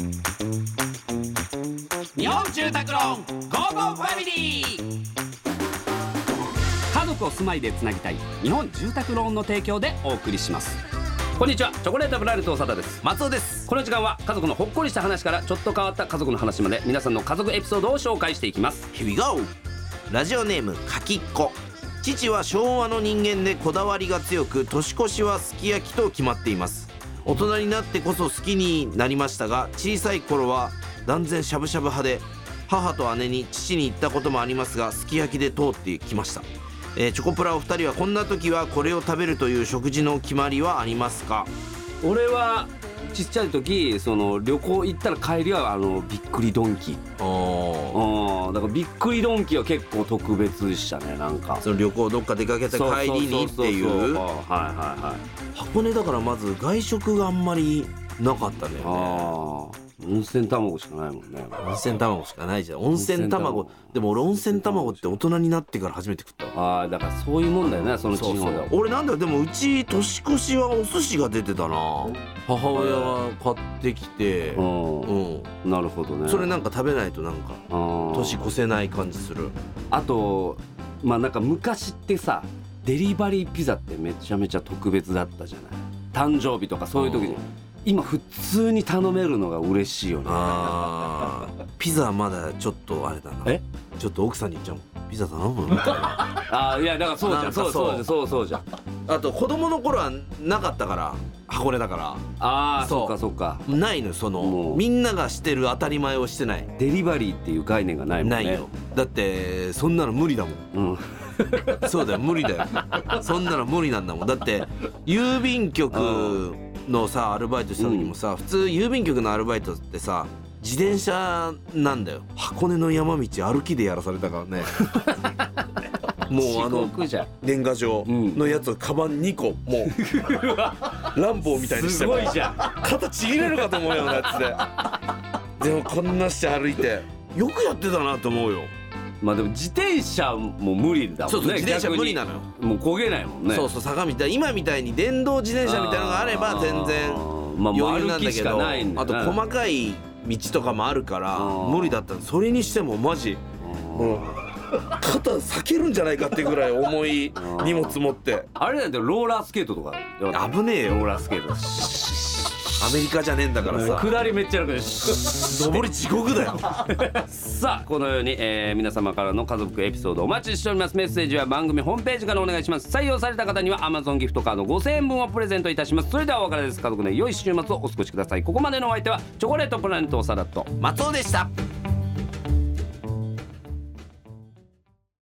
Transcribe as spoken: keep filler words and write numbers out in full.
日本住宅ローンゴーゴーファミリー。家族を住まいでつなぎたい日本住宅ローンの提供でお送りします。こんにちは、チョコレートプラネット長田です。 松尾です。 この時間は家族のほっこりした話からちょっと変わった家族の話まで皆さんの家族エピソードを紹介していきます。 Here we go。 ラジオネームかきっこ。父は昭和の人間でこだわりが強く、年越しはすき焼きと決まっています。大人になってこそ好きになりましたが、小さい頃は断然しゃぶしゃぶ派で、母と姉に父に言ったこともありますが、すき焼きで通ってきました。えー、チョコプラお二人はこんな時はこれを食べるという食事の決まりはありますか？ 俺はちっちゃい時、その旅行行ったら帰りはあのびっくりドンキ。ああ、だからびっくりドンキは結構特別でしたね。なんかその旅行どっか出かけた帰りにっていう。 はいはいはい。 箱根だからまず外食があんまりなかったね。ああ、温泉卵しかないもんね。 温泉卵しかないじゃん。温泉卵でも俺温泉卵って大人になってから初めて食った。 ああ、だからそういうもんだよね、その地方では。 俺なんだよ、でもうち年越しはお寿司が出てたな。母親が買ってきて、うん、 うん、なるほどね。 それなんか食べないとなんか年越せない感じする。 あとまあなんか昔ってさ、デリバリーピザってめちゃめちゃ特別だったじゃない。誕生日とかそういう時に。今普通に頼めるのが嬉しいよね。 あピザまだちょっとあれだな。えちょっと奥さんに言っちゃうもん、ピザ頼むみたいな。 あいやだからそうじゃん、そうそうそうそうじゃん。 あと子供の頃はなかったから、箱根だから。 ああ、そうかそうか。 ないの、そのみんながしてる当たり前をしてない。 デリバリーっていう概念がないもんね。 ないよ。だってそんなの無理だもん。うんそうだよ、無理だよ。そんなの無理なんだもん。だって郵便局のさアルバイトした時もさ、うん、普通郵便局のアルバイトってさ自転車なんだよ。箱根の山道歩きでやらされたからね。もうあの年賀状のやつをカバンにこ、もうランボーみたいにして、 すごいじゃん、 肩ちぎれるかと思うようなやつで。でもこんなして歩いてよくやってたなと思うよ。 まあでも自転車も無理だもんね。 そうそう、自転車無理なのよ。 もう焦げないもんね。 そうそう、坂みたい、今みたいに電動自転車みたいなのがあれば全然余裕なんだけど、あと細かい道とかもあるから無理だった。それにしてもマジもう肩裂けるんじゃないかってぐらい重い荷物持って。あれなんだよ、ローラースケートとか危ねえよ。 ローラースケートアメリカじゃねえんだからさ、 下りめっちゃ楽で上り地獄だよ。 さあこのように、えー、皆様からの家族エピソードお待ちしております。メッセージは番組ホームページからお願いします。採用された方には Amazon ギフトカードごせんえんぶんをプレゼントいたします。それではお別れです。家族の良い週末をお過ごしください。ここまでのお相手はチョコレートプラネット長田と松尾でした。